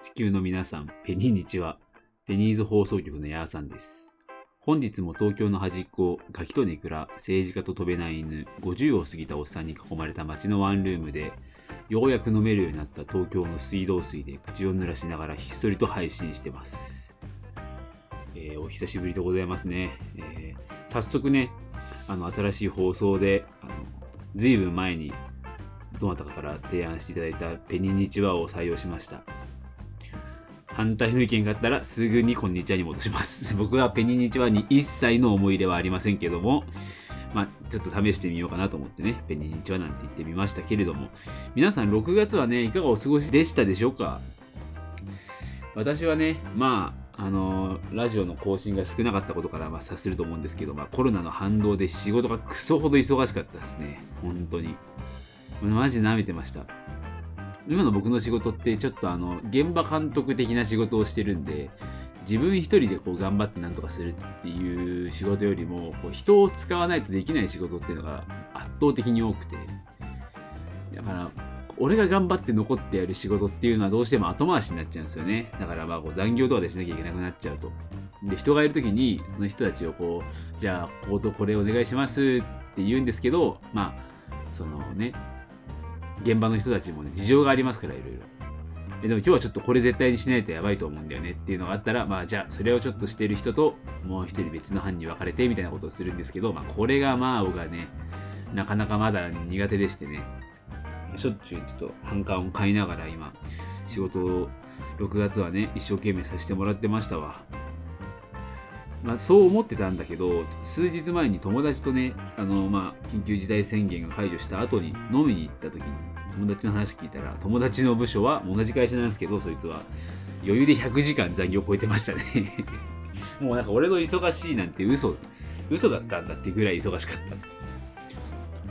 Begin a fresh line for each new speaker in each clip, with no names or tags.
地球の皆さん、ペニーニチは、ペニーズ放送局のヤーさんです。本日も東京の端っこ、ガキとネクラ、政治家と飛べない犬、50を過ぎたおっさんに囲まれた街のワンルームで、ようやく飲めるようになった東京の水道水で口を濡らしながらひっそりと配信してます。お久しぶりでございますね。早速ね、新しい放送で、ずいぶん前にどなたかから提案していただいたペニーニチワを採用しました。反対の意見があったらすぐにこんにちはに戻します。僕はペニーニチワに一切の思い入れはありませんけども、ちょっと試してみようかなと思ってね、ペニーニチワなんて言ってみましたけれども、皆さん6月はね、いかがお過ごしでしたでしょうか？私はね、ラジオの更新が少なかったことから察すると思うんですけど、コロナの反動で仕事がクソほど忙しかったですね。本当に。マジで舐めてました。今の僕の仕事ってちょっと現場監督的な仕事をしてるんで、自分一人でこう頑張ってなんとかするっていう仕事よりも人を使わないとできない仕事っていうのが圧倒的に多くて、だから俺が頑張って残ってやる仕事っていうのはどうしても後回しになっちゃうんですよね。だから残業とかでしなきゃいけなくなっちゃうと。で、人がいるときにその人たちをじゃあこことこれお願いしますって言うんですけど、そのね、現場の人たちもね、事情がありますから、いろいろ。でも今日はちょっとこれ絶対にしないとやばいと思うんだよねっていうのがあったら、じゃあそれをちょっとしてる人ともう一人別の班に分かれてみたいなことをするんですけど、これが僕がね、なかなかまだ苦手でしてね、しょっちゅうちょっと反感を買いながら今、仕事を6月はね、一生懸命させてもらってましたわ。そう思ってたんだけど、数日前に友達とね、緊急事態宣言が解除した後に飲みに行った時に、友達の話聞いたら、友達の部署は同じ会社なんですけど、そいつは余裕で100時間残業を超えてましたね。もうなんか俺の忙しいなんて嘘だったんだってぐらい忙しかった。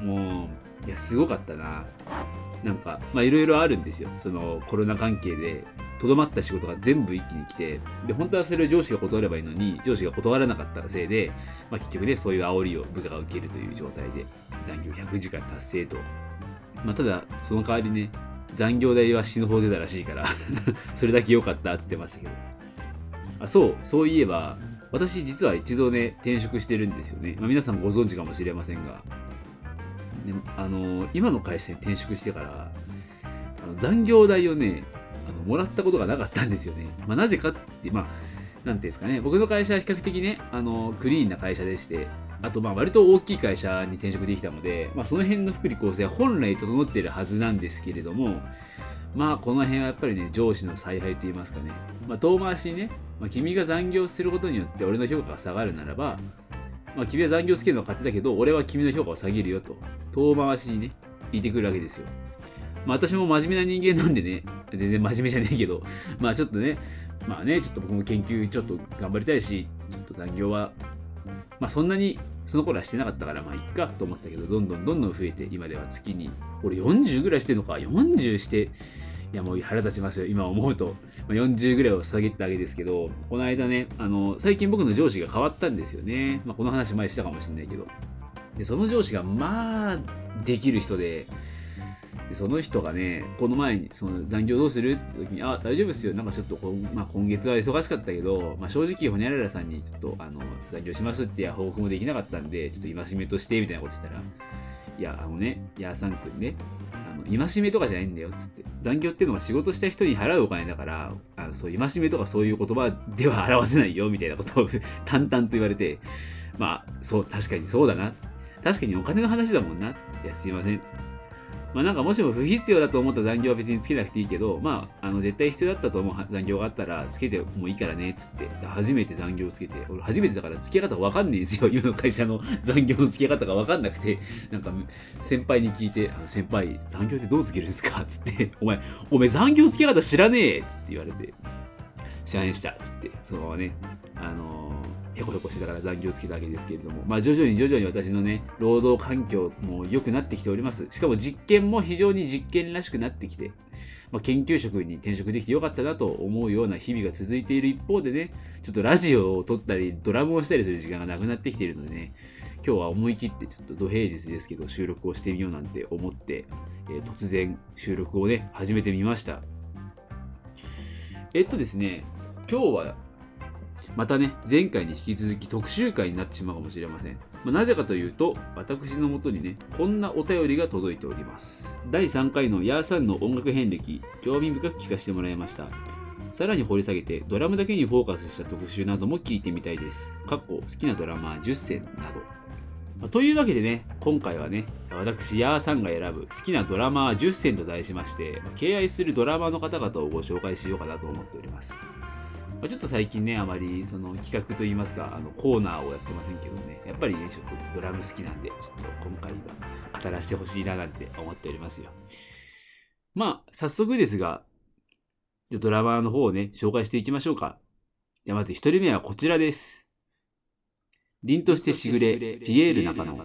もう、いや、すごかったな。なんか、いろいろあるんですよ。そのコロナ関係で、とどまった仕事が全部一気に来て、で、本当はそれを上司が断ればいいのに、上司が断らなかったせいで、結局ね、そういう煽りを部下が受けるという状態で、残業100時間達成と。ただ、その代わりね、残業代は死ぬほど出たらしいから、それだけ良かったって言ってましたけど。そういえば、私実は一度ね、転職してるんですよね。皆さんご存知かもしれませんが、で今の会社に転職してから、残業代をね、もらったことがなかったんですよね。なぜかって、なんていうんですかね、僕の会社は比較的ね、クリーンな会社でして、あと割と大きい会社に転職できたので、その辺の福利厚生は本来整っているはずなんですけれども、この辺はやっぱりね、上司の采配と言いますかね、遠回しにね、君が残業することによって俺の評価が下がるならば、君は残業つけるのは勝手だけど、俺は君の評価を下げるよと、遠回しにね、言ってくるわけですよ。私も真面目な人間なんでね、全然真面目じゃねえけど、ちょっとね、ちょっと僕も研究ちょっと頑張りたいし、ちょっと残業は、そんなにその頃はしてなかったから、いっかと思ったけど、どんどん増えて、今では月に、俺40ぐらいしてるのか、40して、いやもう腹立ちますよ、今思うと。40ぐらいを下げたわけですけど、この間ね、最近僕の上司が変わったんですよね。この話前したかもしれないけど。で、その上司ができる人で、その人がね、この前にその残業どうするって時に、大丈夫ですよ。なんかちょっと今月は忙しかったけど、正直ホニャララさんにちょっと残業しますって報告もできなかったんで、ちょっと戒めとしてみたいなこと言ったら、いや、ヤーサン君ね、戒めとかじゃないんだよっつって、残業っていうのは仕事した人に払うお金だから、そう戒めとかそういう言葉では表せないよみたいなことを淡々と言われて、そう確かにそうだな、確かにお金の話だもんな、いやすいませんっつって。なんかもしも不必要だと思った残業は別につけなくていいけど、絶対必要だったと思う残業があったらつけてもいいからねっつって、初めて残業をつけて、俺初めてだから付け方がわかんないんですよ。今の会社の残業の付け方がわかんなくて、なんか先輩に聞いて、先輩、残業ってどうつけるんですかっつって、お前残業付け方知らねえっつって言われて、知らんしたっつって、そのままね、へこへこしてたから残業をつけたわけですけれども、徐々に私のね、労働環境も良くなってきております。しかも実験も非常に実験らしくなってきて、研究職に転職できてよかったなと思うような日々が続いている一方でね、ちょっとラジオを撮ったり、ドラムをしたりする時間がなくなってきているのでね、今日は思い切ってちょっと土平日ですけど収録をしてみようなんて思って、突然収録をね、始めてみました。 ですね、今日はまたね、前回に引き続き特集会になってしまうかもしれません。なぜかというと、私のもとにね、こんなお便りが届いております。第3回のヤーさんの音楽遍歴、興味深く聞かせてもらいました。さらに掘り下げて、ドラムだけにフォーカスした特集なども聞いてみたいです。好きなドラマー10選など。というわけでね、今回はね、私、ヤーさんが選ぶ好きなドラマー10選と題しまして、敬愛するドラマーの方々をご紹介しようかなと思っております。ちょっと最近ね、あまりその企画といいますか、コーナーをやってませんけどね、やっぱりね、ちょっとドラム好きなんで、ちょっと今回は語らせてほしいななんて思っておりますよ。早速ですが、ドラマーの方をね、紹介していきましょうか。まず1人目はこちらです。凛としてしぐれ、ピエール中野。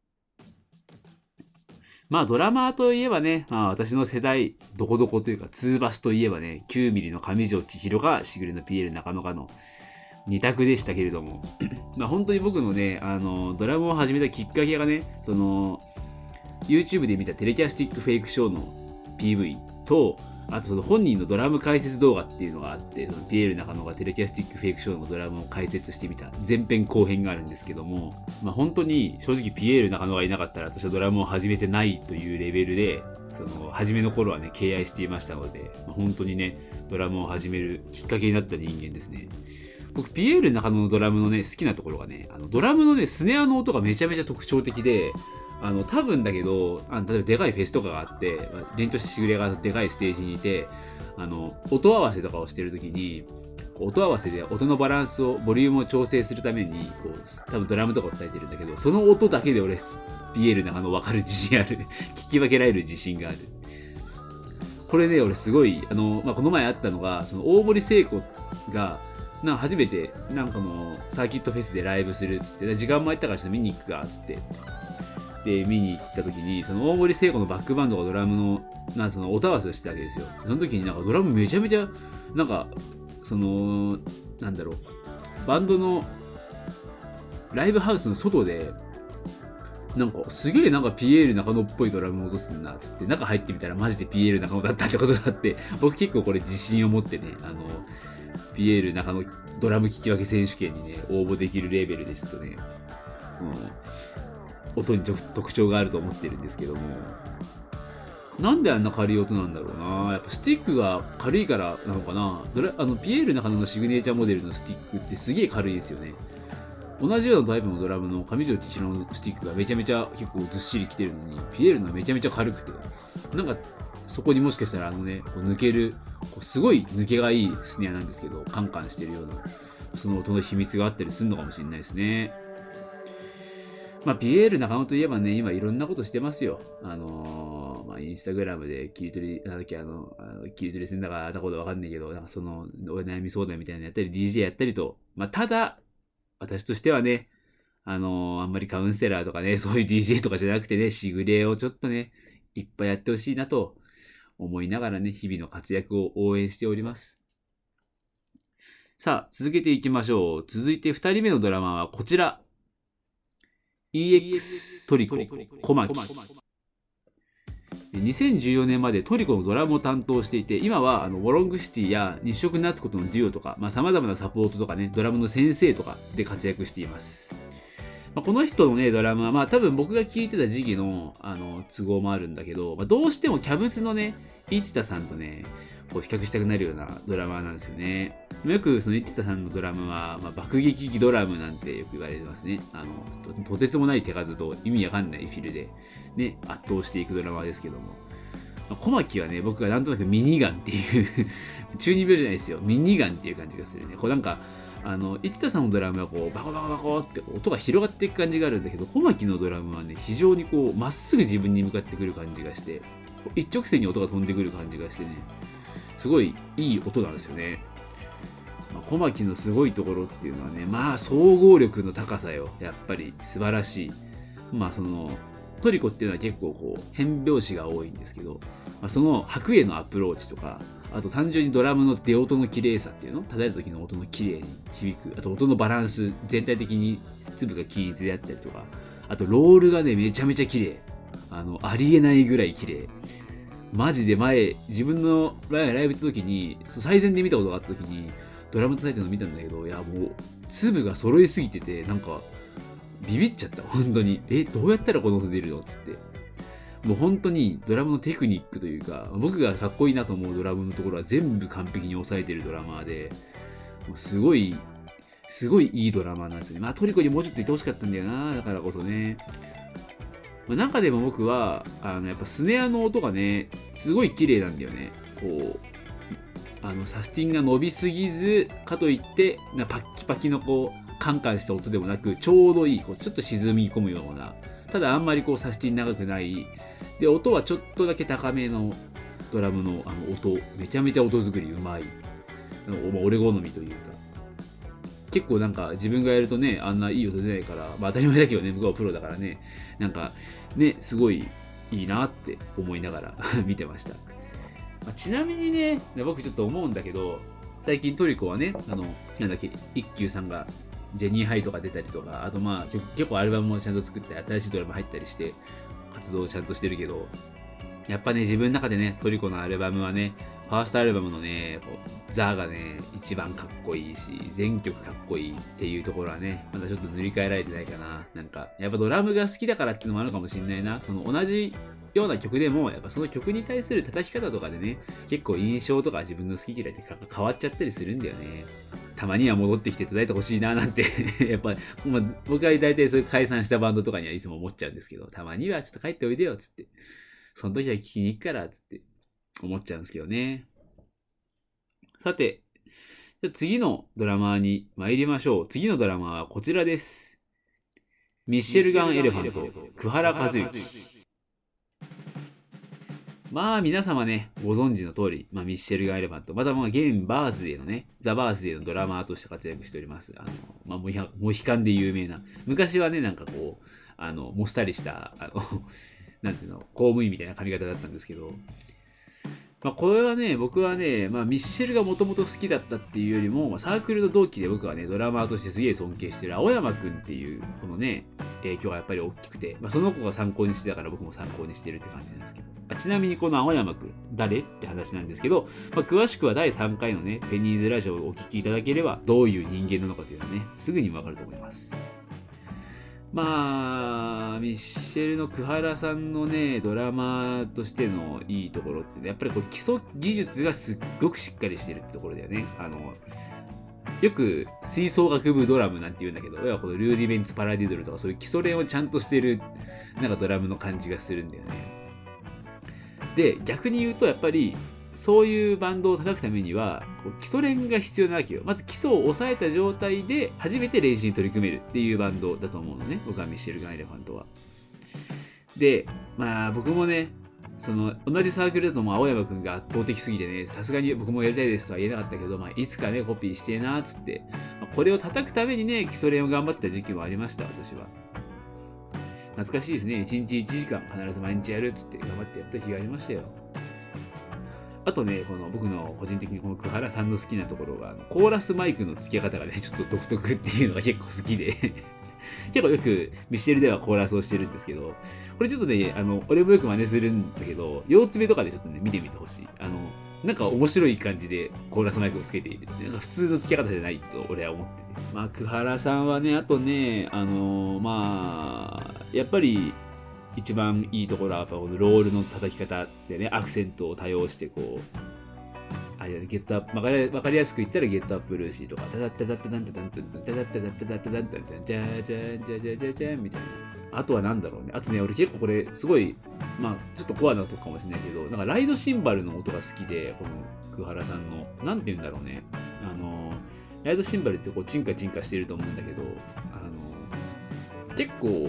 ドラマーといえばね、私の世代、どこどこというか、ツーバスといえばね、9ミリの上条千尋か、しぐれのピエール中野かの2択でしたけれども、本当に僕のね、ドラムを始めたきっかけがね、YouTube で見たテレキャスティックフェイクショーの PV と、あと本人のドラム解説動画っていうのがあって、ピエール中野がテレキャスティックフェイクショーのドラムを解説してみた前編後編があるんですけども、本当に正直ピエール中野がいなかったら私はドラムを始めてないというレベルで、初めの頃はね、敬愛していましたので、本当にね、ドラムを始めるきっかけになった人間ですね。僕、ピエール中野のドラムのね、好きなところがね、ドラムのね、スネアの音がめちゃめちゃ特徴的で、多分だけど、例えばでかいフェスとかがあって、凛としてしぐれがでかいステージにいて、音合わせとかをしてるときに、音合わせで音のバランスを、ボリュームを調整するために、多分ドラムとかを叩いてるんだけど、その音だけで俺、ピエール中野分かる自信ある。聞き分けられる自信がある。これね、俺すごい、この前あったのが、大森聖子が、初めて、サーキットフェスでライブするっつって、時間も空いたからちょっと見に行くかっつって、で見に行った時に大森聖子のバックバンドがドラムの音合わせをしてたわけですよ。その時にドラムめちゃめちゃバンドのライブハウスの外ですげえピエール中野っぽいドラムを落とすんなっつって中入ってみたらマジでピエール中野だったってことがあって、僕結構これ自信を持ってねピエール中野ドラム聞き分け選手権にね応募できるレベルでちょっとね、音に特徴があると思ってるんですけども、なんであんな軽い音なんだろうな。やっぱスティックが軽いからなのかな。ピエール中野のシグネチャーモデルのスティックってすげえ軽いですよね。同じようなタイプのドラムの上条千尋のスティックがめちゃめちゃ結構ずっしりきてるのに、ピエールのめちゃめちゃ軽くて、そこにもしかしたら抜けるすごい抜けがいいスネアなんですけど、カンカンしてるようなその音の秘密があったりするのかもしれないですね。ピエール中野といえばね、今いろんなことしてますよ。インスタグラムで切り取り、切り取りせんだか、たことわかんないけど、お悩み相談みたいなのやったり、DJ やったりと、ただ、私としてはね、あんまりカウンセラーとかね、そういう DJ とかじゃなくてね、しぐれをちょっとね、いっぱいやってほしいなと思いながらね、日々の活躍を応援しております。さあ、続けていきましょう。続いて2人目のドラマはこちら。EX トリコ小牧。2014年までトリコのドラムを担当していて、今はウォロングシティや日食夏子とのデュオとか、様々なサポートとかね、ドラムの先生とかで活躍しています。この人のね、ドラムは、多分僕が聴いてた時期の、都合もあるんだけど、どうしてもキャブツのね、市田さんとね、比較したくなるようなドラマーなんですよね。よくその市田さんのドラムは、爆撃機ドラムなんてよく言われてますね。とてつもない手数と意味わかんないフィルで、ね、圧倒していくドラマーですけども。小牧はね、僕がなんとなくミニガンっていう中二病じゃないですよ。ミニガンっていう感じがするね。市田さんのドラムはバコバコバコって音が広がっていく感じがあるんだけど、小牧のドラムはね、非常にまっすぐ自分に向かってくる感じがして、一直線に音が飛んでくる感じがしてね、すごいいい音なんですよね。小牧のすごいところっていうのはね、総合力の高さよ。やっぱり素晴らしい。トリコっていうのは結構変拍子が多いんですけど、その拍へのアプローチとか、あと単純にドラムの出音の綺麗さっていうの、叩いた時の音の綺麗に響く、あと音のバランス、全体的に粒が均一であったりとか、あとロールがね、めちゃめちゃ綺麗。ありえないぐらい綺麗。 マジで自分のライブ行った時に、最前で見たことがあった時に、ドラム叩いてるの見たんだけど、いやもう、粒が揃いすぎてて、なんか、ビビっちゃった、本当に。どうやったらこの音出るのつって。もう本当にドラムのテクニックというか、僕がかっこいいなと思うドラムのところは全部完璧に抑えてるドラマーで、もうすごいいいドラマーなんですよね。まあトリコにもうちょっといてほしかったんだよな、だからこそね。まあ、中でも僕はやっぱスネアの音がね、すごい綺麗なんだよね。こうサスティンが伸びすぎずかといってパッキパキのカンカンした音でもなく、ちょうどいいちょっと沈み込むような、ただあんまりサスティン長くないで、音はちょっとだけ高めのドラムの音、めちゃめちゃ音作りうまい、俺好みというか、結構なんか自分がやるとね、あんないい音出ないから、まあ当たり前だけどね、僕はプロだからね、なんかね、すごいいいなって思いながら見てました。ちなみにね、僕ちょっと思うんだけど、最近トリコはね、なんだっけ、一休さんがジェニーハイとか出たりとか、あとまあ結構アルバムもちゃんと作って新しいドラマ入ったりして活動をちゃんとしてるけど、やっぱね、自分の中でね、トリコのアルバムはね、ファーストアルバムのね、ザがね、一番かっこいいし、全曲かっこいいっていうところはね、まだちょっと塗り替えられてないかな。なんか、やっぱドラムが好きだからっていうのもあるかもしれないな。その同じような曲でも、やっぱその曲に対する叩き方とかでね、結構印象とか自分の好き嫌いって変わっちゃったりするんだよね。たまには戻ってきて叩いてほしいななんてやっぱ、まあ、僕は大体そういう解散したバンドとかにはいつも思っちゃうんですけど、たまにはちょっと帰っておいでよっつって、その時は聴きに行くからっつって思っちゃうんですけどね。さて、じゃ次のドラマーに参りましょう。次のドラマーはこちらです。ミッシェルガン・エレファント、久原和幸。まあ皆様ね、ご存知の通り、ミッシェルガン・エレファント、また現バースデーのね、ザ・バースデーのドラマーとして活躍しております。モヒカンで有名な。昔はね、なんかもっさりした、なんていうの、公務員みたいな髪型だったんですけど、これはね、僕はね、ミッシェルがもともと好きだったっていうよりも、サークルの同期で僕はね、ドラマーとしてすげえ尊敬してる青山くんっていう、このね、影響がやっぱり大きくて、その子が参考にしてたから僕も参考にしてるって感じなんですけど、ちなみにこの青山くん、誰って話なんですけど、詳しくは第3回のね、ペニーズラジオをお聞きいただければ、どういう人間なのかというのはね、すぐにわかると思います。ミッシェルの久原さんのね、ドラマとしてのいいところって、ね、やっぱり基礎技術がすっごくしっかりしてるってところだよね。よく吹奏楽部ドラムなんて言うんだけど、要はこのルーディメンツパラディドルとかそういう基礎練をちゃんとしてるなんかドラムの感じがするんだよね。で、逆に言うとやっぱりそういうバンドを叩くためには基礎練が必要なわけよ。まず基礎を抑えた状態で初めて練習に取り組めるっていうバンドだと思うのね、僕はミッシェルガン・エレファントは。で、僕もね、同じサークルだと青山くんが圧倒的すぎてね、さすがに僕もやりたいですとは言えなかったけど、いつかねコピーしてえなーっつって、これを叩くためにね基礎練を頑張った時期もありました。私は懐かしいですね。1日1時間必ず毎日やるっつって頑張ってやった日がありましたよ。あとね、この僕の個人的にこの久原さんの好きなところが、コーラスマイクの付け方がね、ちょっと独特っていうのが結構好きで結構よくミシェルではコーラスをしてるんですけど、これちょっとね、俺もよく真似するんだけど、腰爪とかでちょっとね、見てみてほしい。なんか面白い感じでコーラスマイクをつけている。なんか普通の付け方じゃないと俺は思ってて。久原さんはね、あとね、やっぱり、一番いいところはやっぱこのロールの叩き方でね、アクセントを多用してゲットアップ、わかりやすく言ったらゲットアップルーシーとか、タタッタタッタタンタタンタタンタタッタタッタタッタタンタタンジャージャージャージャージャージャーみたいな。あとはなんだろうね。あとね、俺結構これすごい、ちょっとコアなとこかもしれないけど、なんかライドシンバルの音が好きで、この久原さんの、なんて言うんだろうね。ライドシンバルってチンカチンカしてると思うんだけど、結構、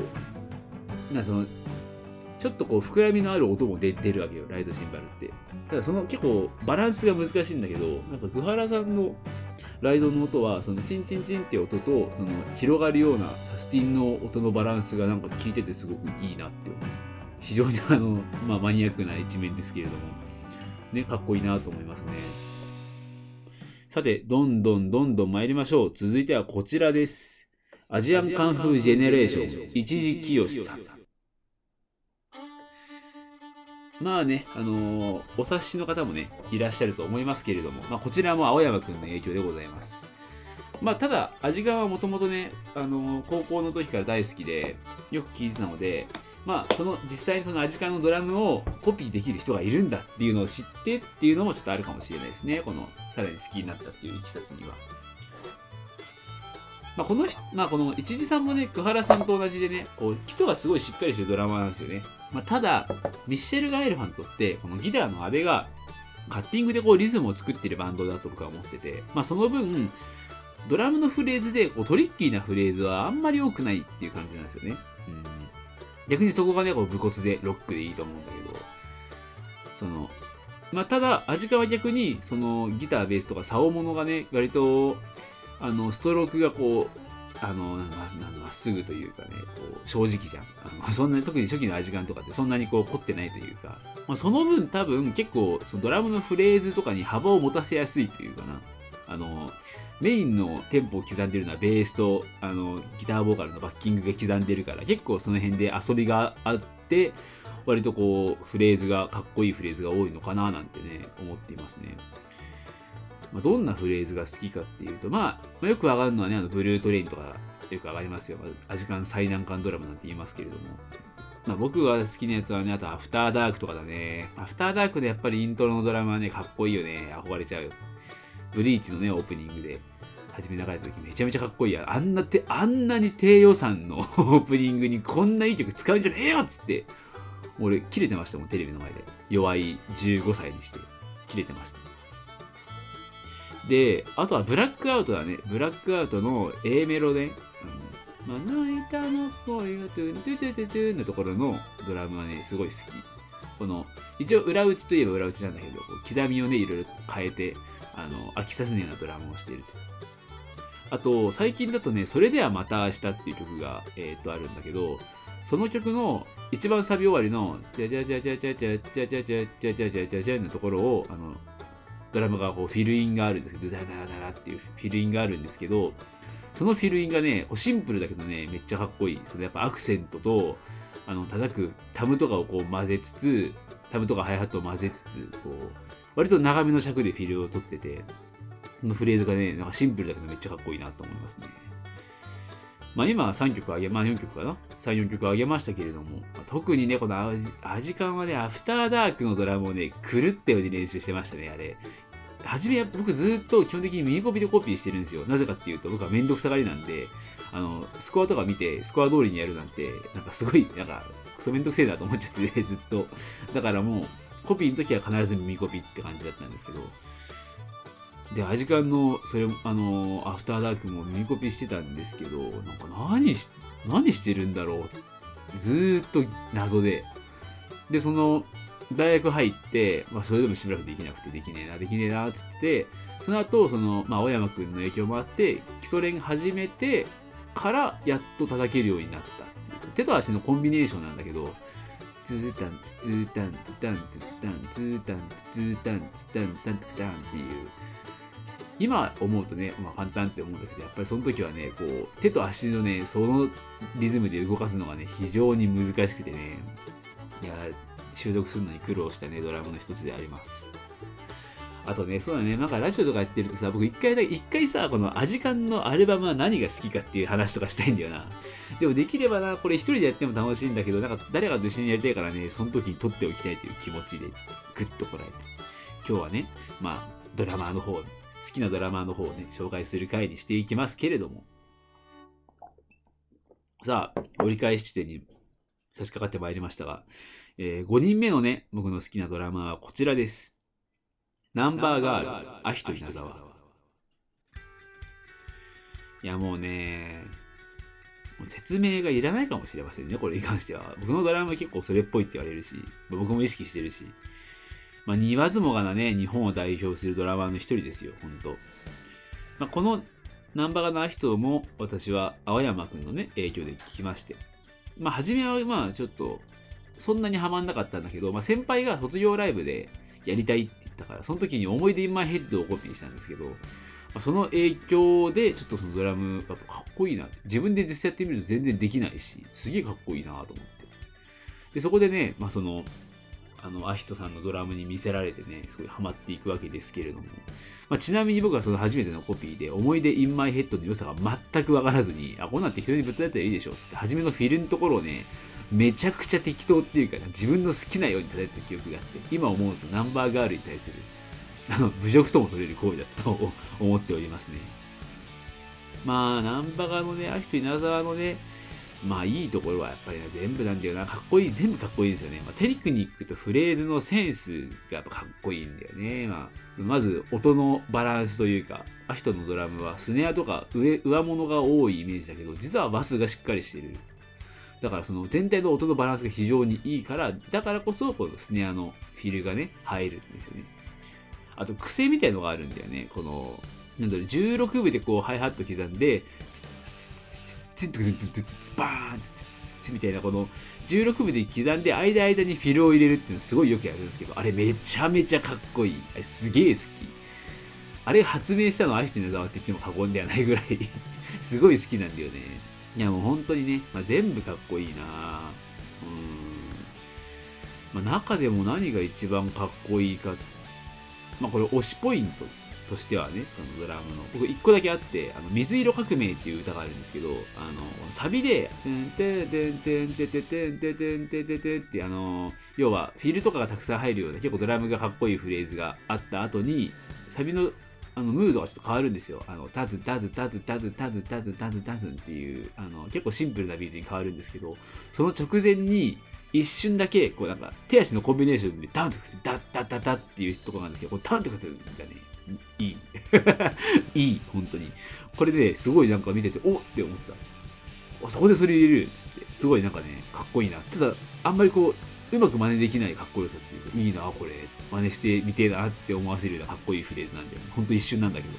ちょっと膨らみのある音も出てるわけよ、ライドシンバルって。ただ結構バランスが難しいんだけど、なんか久原さんのライドの音は、チンチンチンって音と、広がるようなサスティンの音のバランスがなんか聞いててすごくいいなって思う。非常にマニアックな一面ですけれども、ね、かっこいいなと思いますね。さて、どんどん参りましょう。続いてはこちらです。アジアンカンフージェネレーション、一時清さん。 まあね、お察しの方もね、いらっしゃると思いますけれども、こちらも青山くんの影響でございます。ただ、アジカンはもともとね、高校の時から大好きで、よく聴いてたので、実際にそのアジカンのドラムをコピーできる人がいるんだっていうのを知ってっていうのもちょっとあるかもしれないですね。さらに好きになったっていういきさつには。この一次さんもね、桑原さんと同じでね、基礎がすごいしっかりしてるドラマーなんですよね。ただ、ミッシェル・ガエルファントって、このギターの阿部がカッティングでリズムを作ってるバンドだと僕は思ってて、その分、ドラムのフレーズでトリッキーなフレーズはあんまり多くないっていう感じなんですよね。逆にそこがね、武骨でロックでいいと思うんだけど、ただ、アジカは逆に、そのギター、ベースとか、竿物がね、割と、ストロークがまっすぐというかね、正直じゃん。そんなに、特に初期のアジカンとかってそんなに凝ってないというか、その分多分結構、そのドラムのフレーズとかに幅を持たせやすいというかな。メインのテンポを刻んでるのはベースとギターボーカルのバッキングが刻んでるから結構その辺で遊びがあって割とフレーズがかっこいいフレーズが多いのかななんてね思っていますね。どんなフレーズが好きかっていうとよく上がるのはねブルートレインとかよく上がりますよ。アジカン最難関ドラムなんて言いますけれども。僕が好きなやつはね、あとアフターダークとかだね。アフターダークでやっぱりイントロのドラムはね、かっこいいよね。憧れちゃう。ブリーチのね、オープニングで初め流れた時めちゃめちゃかっこいいや。あんなに低予算のオープニングにこんないい曲使うんじゃねえよっつって、俺、キレてましたもん、テレビの前で。弱い15歳にして、キレてました。で、あとはブラックアウトだね。ブラックアウトの A メロで、まな板の声がトゥントゥトゥトゥトゥンのところのドラムはね、すごい好き。一応裏打ちといえば裏打ちなんだけど、刻みをね、いろいろ変えて、飽きさせないようなドラムをしていると。あと、最近だとね、それではまた明日っていう曲が、あるんだけど、その曲の一番サビ終わりの、ジャジャジャジャジャジャジャジャジャジャジャジャジャジャのところを、ドラムがフィルインがあるんですけど、ザラザラザラっていうフィルインがあるんですけど、そのフィルインがね、シンプルだけどね、めっちゃかっこいい。やっぱアクセントと、叩くタムとかを混ぜつつ、タムとかハイハットを混ぜつつ、割と長めの尺でフィルを取ってて、このフレーズがね、なんかシンプルだけどめっちゃかっこいいなと思いますね。今は3曲4曲かな ?3、4曲上げましたけれども、特にね、このアジカンはね、アフターダークのドラムをね、狂ったように練習してましたね、あれ。初め僕ずっと基本的に耳コピでコピーしてるんですよ。なぜかっていうと僕はめんどくさがりなんで、スコアとか見てスコア通りにやるなんて、なんかすごい、なんかクソめんどくせえなと思っちゃってて、ずっと。だからもう、コピーの時は必ず耳コピって感じだったんですけど、で、アジカンの、それ、アフターダークも耳コピしてたんですけど、なんか何してるんだろう。ずーっと謎で。で、大学入って、それでもしばらくできなくて、できねえな、つって、その後、青山くんの影響もあって、基礎練始めてから、やっと叩けるようになったっていう。手と足のコンビネーションなんだけど、ズータン、ズータン、ズタン、ズタン、ズータン、ズータン、ズタン、タン、タンっていう、今思うとね、簡単って思うんだけど、やっぱりその時はね、手と足のね、そのリズムで動かすのがね、非常に難しくてね、いや、習得するのに苦労したね、ドラムの一つであります。あとね、そうだね、なんかラジオとかやってるとさ、僕一回さ、このアジカンのアルバムは何が好きかっていう話とかしたいんだよな。でもできればな、これ一人でやっても楽しいんだけど、なんか誰かと一緒にやりたいからね、その時に撮っておきたいという気持ちで、グッとこらえて。今日はね、ドラマーの方、好きなドラマーの方をね、紹介する回にしていきますけれども。さあ、折り返し地点に差し掛かってまいりましたが、5人目のね、僕の好きなドラマーはこちらです。ナンバーガール、アヒトひなざわ。いやもうね、説明がいらないかもしれませんね、これに関しては。僕のドラマ結構それっぽいって言われるし、僕も意識してるし。言わずもがなね、日本を代表するドラマーの一人ですよ、ほんと。このナンバーガーのアヒトも私は青山くんのね、影響で聞きまして。初めはちょっと、そんなにハマんなかったんだけど、先輩が卒業ライブでやりたいって言ったから、その時に思い出インマイヘッドをコピーしたんですけど、その影響で、ちょっとそのドラム、やっぱかっこいいな。自分で実際やってみると全然できないし、すげえかっこいいなと思って。で、そこでね、 アヒトさんのドラムに見せられてね、すごいハマっていくわけですけれども、ちなみに僕はその初めてのコピーで、思い出 in my head の良さが全くわからずに、こんなん適当にぶったやったらいいでしょ、つって、初めのフィルのところをね、めちゃくちゃ適当っていうか、自分の好きなように叩いた記憶があって、今思うとナンバーガールに対する、侮辱とも取れる行為だったと思っておりますね。ナンバガのね、アヒト稲沢のね、いいところはやっぱりね、全部なんだよな。かっこいい。全部かっこいいですよね。テクニックとフレーズのセンスがやっぱかっこいいんだよね。まず音のバランスというか、アヒトのドラムはスネアとか上物が多いイメージだけど、実はバスがしっかりしてる。だからその全体の音のバランスが非常にいいから、だからこそこのスネアのフィルがね、入るんですよね。あと癖みたいのがあるんだよね。この、16部でこうハイハット刻んで、バーンみたいなこの16部で刻んで間にフィルを入れるっていうのすごいよくやるんですけど、あれめちゃめちゃかっこいい。あれすげえ好き。あれ発明したのはアヒト稲沢って言っても過言ではないぐらいすごい好きなんだよね。いやもう本当にね、全部かっこいいな。中でも何が一番かっこいいか、これ推しポイントとしてはね、そのドラムの僕1個だけあって、水色革命っていう歌があるんですけど、サビで「テンテンテンテンテンテンテンテンテンテンテンテン」って要はフィルとかがたくさん入るような結構ドラムがかっこいいフレーズがあった後にサビのムードがちょっと変わるんですよ。タズタズタズタズタズタズタズタズっていう結構シンプルなビートに変わるんですけど、その直前に一瞬だけこうなんか手足のコンビネーションでダンとかダッダッダッダッっていうところなんですけど、このタンとかがねいいいい本当にこれで、すごいなんか見てておって思った。そこでそれ入れるっつってすごいなんかねかっこいいな。ただあんまりこううまく真似できないかっこよさっていうか、いいなこれ真似してみてえなって思わせるようなかっこいいフレーズなんで、ほんと一瞬なんだけど、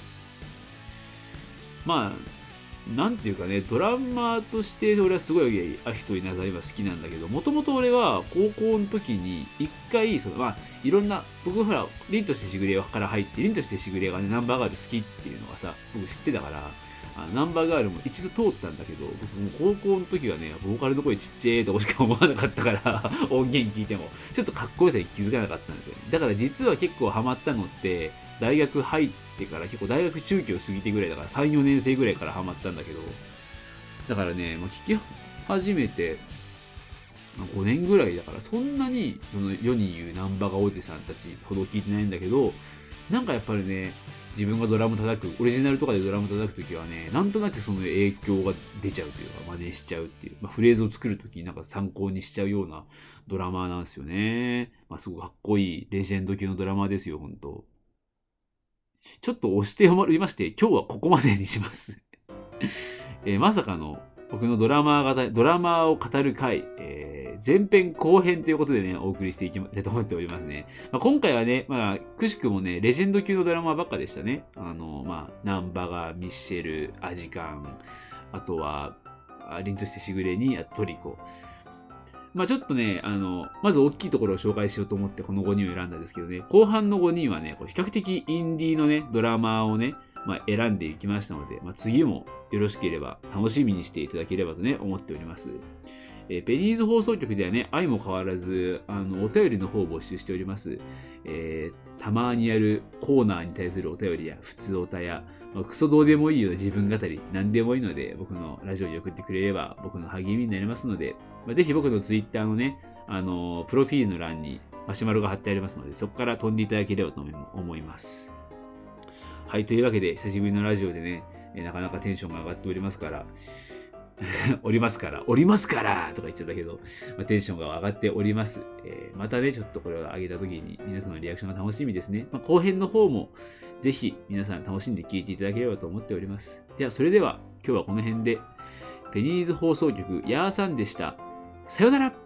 なんていうかね、ドラマーとして俺はすごいアヒト稲沢今好きなんだけど、もともと俺は高校の時に一回いろんな、僕ほら凛としてしぐれから入って、凛としてしぐれがねナンバーガール好きっていうのがさ僕知ってたから、ナンバーガールも一度通ったんだけど、僕も高校の時はねボーカルの声ちっちゃいとこしか思わなかったから音源聞いてもちょっとかっこよさに気づかなかったんですよ。だから実は結構ハマったのって大学入ってから、結構大学中期を過ぎてぐらいだから 3,4 年生ぐらいからハマったんだけど、だからね、聞き始めて5年ぐらいだから、そんなにその世に言うナンバガおじさんたちほど聞いてないんだけど、なんかやっぱりね、自分がドラム叩く、オリジナルとかでドラム叩くときはね、なんとなくその影響が出ちゃうというか、真似しちゃうっていう、フレーズを作るときになんか参考にしちゃうようなドラマーなんですよね。すごくかっこいいレジェンド級のドラマーですよ、ほんと。ちょっと押しておりまして、今日はここまでにします。まさかの僕のドラマーを語る回、前編後編ということでね、お送りしていきたいと思っておりますね。今回はね、くしくもね、レジェンド級のドラマーばっかでしたね。ナンバガ、ミッシェル、アジカン、あとは、凛としてしぐれに、トリコ。ちょっとね、まず大きいところを紹介しようと思ってこの5人を選んだんですけどね、後半の5人はね、比較的インディーのね、ドラマーをね、選んでいきましたので、次もよろしければ楽しみにしていただければとね、思っております。ペニーズ放送局ではね、相も変わらず、お便りの方を募集しております。たまにやるコーナーに対するお便りや、普通おたや、クソどうでもいいような自分語り、何でもいいので、僕のラジオに送ってくれれば、僕の励みになりますので、ぜひ僕のツイッターのね、プロフィールの欄にマシュマロが貼ってありますので、そこから飛んでいただければと思います。はい、というわけで、久しぶりのラジオでね、なかなかテンションが上がっておりますから、おりますからとか言っちゃったけど、テンションが上がっております。またね、ちょっとこれを上げた時に皆さんのリアクションが楽しみですね。後編の方もぜひ皆さん楽しんで聞いていただければと思っております。じゃあそれでは今日はこの辺で、ペニーズ放送局ヤーさんでした。さよなら。